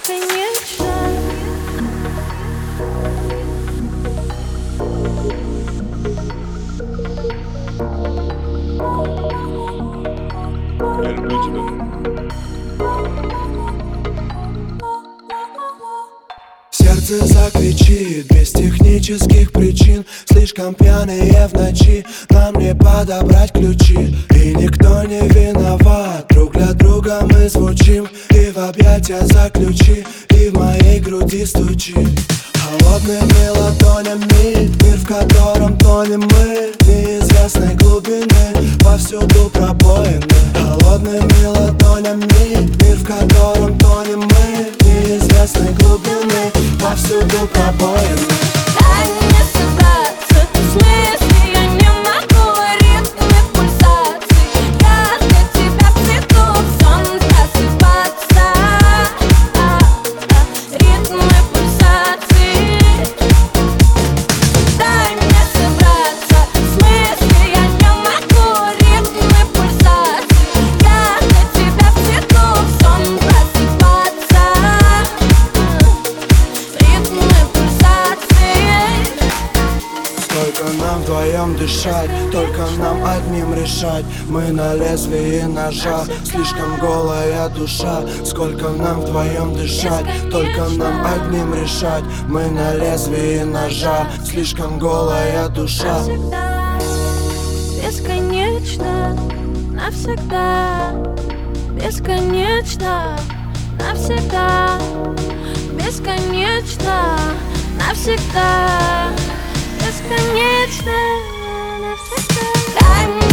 бесконечно. Я люблю тебя. Сердце закричит без технических причин. Слишком пьяные в ночи, нам не подобрать ключи. И никто не виноват, друг для друга мы звучим. Ты в объятия заключи, и в моей груди стучи. Холодным мелатонем мир, в котором тонем мы. Неизвестной глубины, повсюду пробоины. Холодным мелатонем мир, в котором тонем мы. Неизвестной глубины, повсюду пробоины. Дай мне собраться с мысли, я не могу. Ритмы пульсаций, я для тебя в цвету. Сон просыпаться, ритмы пульсаций. Дай мне собраться с мысли, я не могу. Ритмы пульсаций, я для тебя в цвету. Сон просыпаться, ритмы пульсаций. Только нам вдвоем дышать, только нам одним решать. Мы на лезвии ножа, слишком голая душа. Сколько нам вдвоем дышать, только нам одним решать. Мы на лезвии ножа, слишком голая душа. Навсегда, бесконечно, навсегда, бесконечно, навсегда, бесконечно, навсегда, бесконечно, навсегда. Дай мне